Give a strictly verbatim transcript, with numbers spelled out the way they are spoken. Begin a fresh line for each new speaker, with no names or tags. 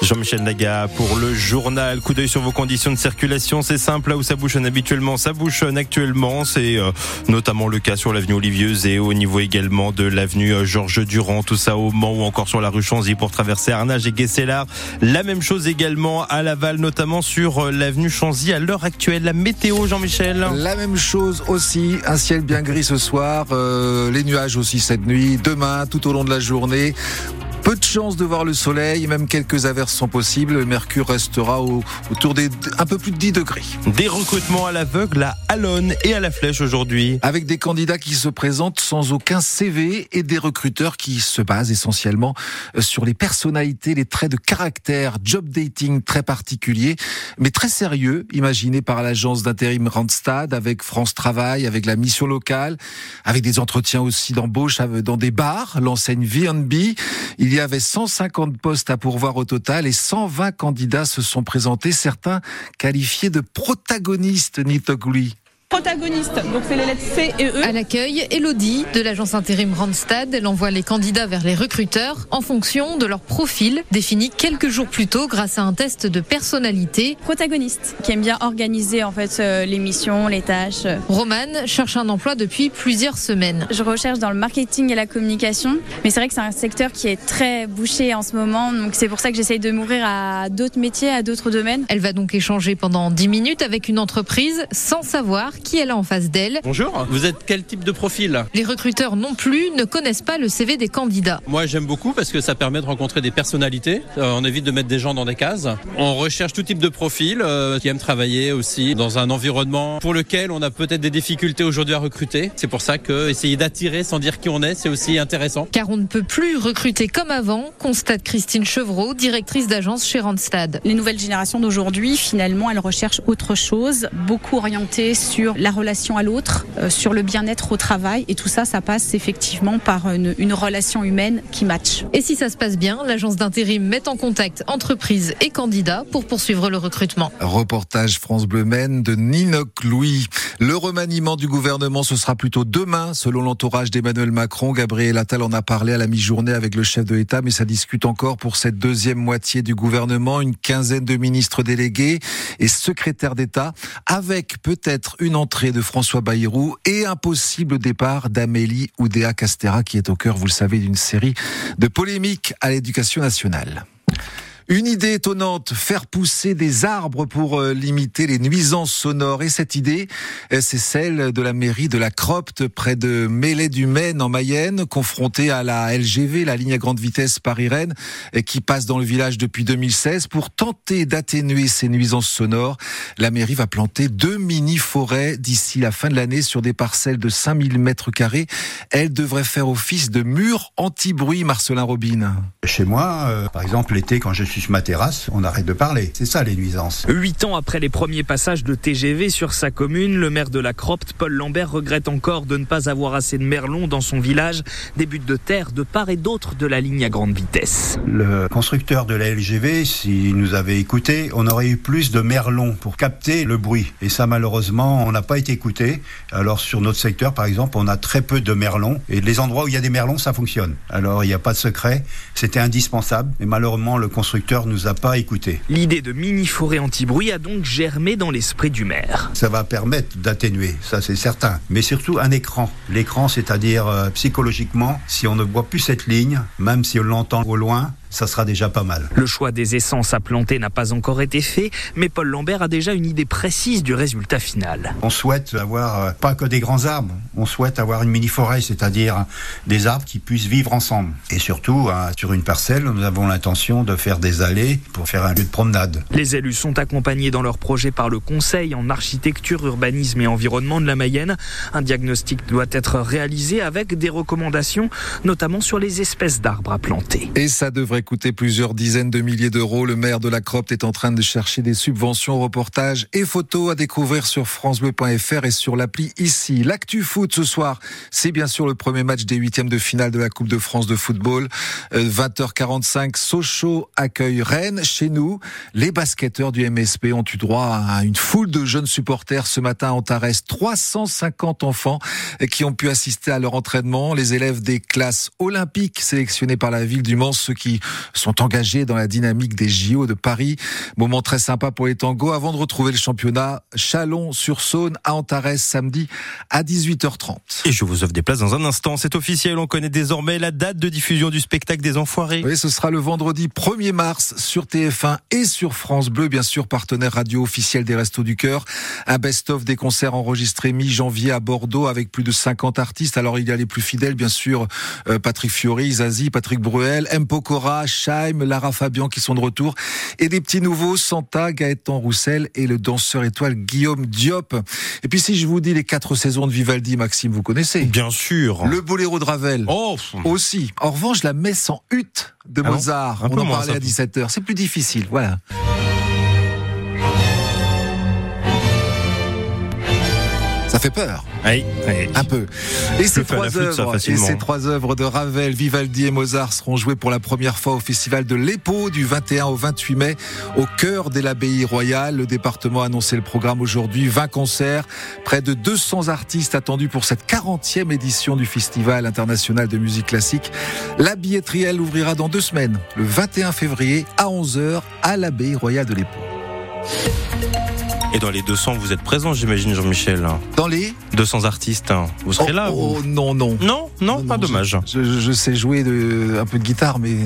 Jean-Michel Naga pour le journal. Coup d'œil sur vos conditions de circulation. C'est simple, là où ça bouchonne habituellement, ça bouchonne actuellement. C'est euh, notamment le cas sur l'avenue Olivieuse et au niveau également de l'avenue Georges Durand. Tout ça au Mans ou encore sur la rue Chanzy pour traverser Arnage et Guescellard. La même chose également à Laval, notamment sur l'avenue Chanzy à l'heure actuelle. La météo, Jean-Michel.
La même chose aussi. Un ciel bien gris ce soir. Euh, les nuages aussi cette nuit. Demain, tout au long de la journée. Peu de chance de voir le soleil, même quelques averses sont possibles. Le mercure restera au, autour des un peu plus de dix degrés.
Des recrutements à l'aveugle à Allonne et à la Flèche aujourd'hui.
Avec des candidats qui se présentent sans aucun C V et des recruteurs qui se basent essentiellement sur les personnalités, les traits de caractère, job dating très particulier, mais très sérieux, imaginé par l'agence d'intérim Randstad, avec France Travail, avec la mission locale, avec des entretiens aussi d'embauche dans des bars, l'enseigne V and B. Il y avait cent cinquante postes à pourvoir au total et cent vingt candidats se sont présentés, certains qualifiés de protagonistes, Nitoglu.
Protagoniste, donc c'est les lettres C et E.
À l'accueil, Elodie de l'agence intérim Randstad, elle envoie les candidats vers les recruteurs en fonction de leur profil défini quelques jours plus tôt grâce à un test de personnalité.
Protagoniste, qui aime bien organiser en fait euh, les missions, les tâches.
Romane cherche un emploi depuis plusieurs semaines.
Je recherche dans le marketing et la communication, mais c'est vrai que c'est un secteur qui est très bouché en ce moment, donc c'est pour ça que j'essaye de m'ouvrir à d'autres métiers, à d'autres domaines.
Elle va donc échanger pendant dix minutes avec une entreprise sans savoir qui elle a en face d'elle.
Bonjour, vous êtes quel type de profil ?
Les recruteurs non plus ne connaissent pas le C V des candidats.
Moi j'aime beaucoup parce que ça permet de rencontrer des personnalités, euh, on évite de mettre des gens dans des cases. On recherche tout type de profil euh, qui aiment travailler aussi dans un environnement pour lequel on a peut-être des difficultés aujourd'hui à recruter. C'est pour ça que essayer d'attirer sans dire qui on est, c'est aussi intéressant.
Car on ne peut plus recruter comme avant, constate Christine Chevreau, directrice d'agence chez Randstad.
Les nouvelles générations d'aujourd'hui, finalement, elles recherchent autre chose, beaucoup orientées sur la relation à l'autre, euh, sur le bien-être au travail, et tout ça, ça passe effectivement par une, une relation humaine qui match.
Et si ça se passe bien, l'agence d'intérim met en contact entreprises et candidats pour poursuivre le recrutement.
Reportage France Bleu Maine de Ninoc Louis. Le remaniement du gouvernement, ce sera plutôt demain, selon l'entourage d'Emmanuel Macron. Gabriel Attal en a parlé à la mi-journée avec le chef de l'État, mais ça discute encore pour cette deuxième moitié du gouvernement. Une quinzaine de ministres délégués et secrétaires d'État, avec peut-être une entrée de François Bayrou et un possible départ d'Amélie Oudéa-Castéra, qui est au cœur, vous le savez, d'une série de polémiques à l'Éducation nationale. Une idée étonnante, faire pousser des arbres pour limiter les nuisances sonores. Et cette idée, c'est celle de la mairie de la Cropte, près de Meslay-du-Maine en Mayenne, confrontée à la L G V, la ligne à grande vitesse Paris-Rennes, qui passe dans le village depuis deux mille seize. Pour tenter d'atténuer ces nuisances sonores, la mairie va planter deux mini-forêts d'ici la fin de l'année sur des parcelles de cinq mille mètres carrés. Elles devraient faire office de murs anti-bruit, Marcelin Robin.
Chez moi, euh, par exemple, l'été, quand je suis sur ma terrasse, on arrête de parler. C'est ça, les nuisances.
Huit ans après les premiers passages de T G V sur sa commune, le maire de la Cropte, Paul Lambert, regrette encore de ne pas avoir assez de merlons dans son village. Des buttes de terre de part et d'autre de la ligne à grande vitesse.
Le constructeur de la L G V, s'il nous avait écouté, on aurait eu plus de merlons pour capter le bruit. Et ça, malheureusement, on n'a pas été écouté. Alors, sur notre secteur, par exemple, on a très peu de merlons. Et les endroits où il y a des merlons, ça fonctionne. Alors, il n'y a pas de secret. C'était indispensable. Mais malheureusement, le constructeur nous a pas écoutés.
L'idée de mini-forêt anti-bruit a donc germé dans l'esprit du maire.
Ça va permettre d'atténuer, ça c'est certain. Mais surtout un écran. L'écran, c'est-à-dire euh, psychologiquement, si on ne voit plus cette ligne, même si on l'entend au loin, ça sera déjà pas mal.
Le choix des essences à planter n'a pas encore été fait, mais Paul Lambert a déjà une idée précise du résultat final.
On souhaite avoir euh, pas que des grands arbres, on souhaite avoir une mini-forêt, c'est-à-dire des arbres qui puissent vivre ensemble. Et surtout, hein, sur une parcelle, nous avons l'intention de faire des allées pour faire un lieu de promenade.
Les élus sont accompagnés dans leur projet par le Conseil en architecture, urbanisme et environnement de la Mayenne. Un diagnostic doit être réalisé avec des recommandations, notamment sur les espèces d'arbres à planter.
Et ça devrait coûter plusieurs dizaines de milliers d'euros. Le maire de la Cropte est en train de chercher des subventions, reportages et photos à découvrir sur francebleu point f r et sur l'appli ici. L'actu foot ce soir, c'est bien sûr le premier match des huitièmes de finale de la Coupe de France de football. vingt heures quarante-cinq, Sochaux accueille Rennes. Chez nous, les basketteurs du M S P ont eu droit à une foule de jeunes supporters ce matin à Antares. trois cent cinquante enfants qui ont pu assister à leur entraînement. Les élèves des classes olympiques sélectionnés par la ville du Mans, ceux qui sont engagés dans la dynamique des J O de Paris. Moment très sympa pour les tangos avant de retrouver le championnat. Chalon-sur-Saône à Antares samedi à dix-huit heures trente.
Et je vous offre des places dans un instant. C'est officiel, on connaît désormais la date de diffusion du spectacle des Enfoirés.
Oui, ce sera le vendredi premier mars sur T F un et sur France Bleu, bien sûr, partenaire radio officiel des Restos du Cœur. Un best-of des concerts enregistrés mi-janvier à Bordeaux avec plus de cinquante artistes. Alors il y a les plus fidèles, bien sûr, euh, Patrick Fiori, Zazie, Patrick Bruel, M. Pokora, Chaim, Lara Fabian qui sont de retour. Et des petits nouveaux, Santa, Gaëtan Roussel et le danseur étoile Guillaume Diop. Et puis si je vous dis les quatre saisons de Vivaldi, Maxime, vous connaissez?
Bien sûr.
Le Boléro de Ravel.
Oh.
Aussi. En revanche, la messe en hutte de
ah
Mozart. On en
moins,
parlait à dix-sept heures. C'est plus difficile. Voilà. Ça fait peur.
Oui, oui.
Un peu. Et ces, trois
flûte,
œuvres,
ça,
et ces trois œuvres de Ravel, Vivaldi et Mozart seront jouées pour la première fois au Festival de l'Épau du vingt et un au vingt-huit mai au cœur de l'Abbaye Royale. Le département a annoncé le programme aujourd'hui. vingt concerts, près de deux cents artistes attendus pour cette quarantième édition du Festival international de musique classique. La billetterie, elle, ouvrira dans deux semaines, le vingt et un février à onze heures à l'Abbaye Royale de l'Épau.
Et dans les deux cents, vous êtes présent, j'imagine, Jean-Michel.
Dans les
deux cents artistes, vous serez
oh,
là vous
Oh non, non.
Non, non, non pas
non,
dommage.
Je, je, je sais jouer de, un peu de guitare, mais...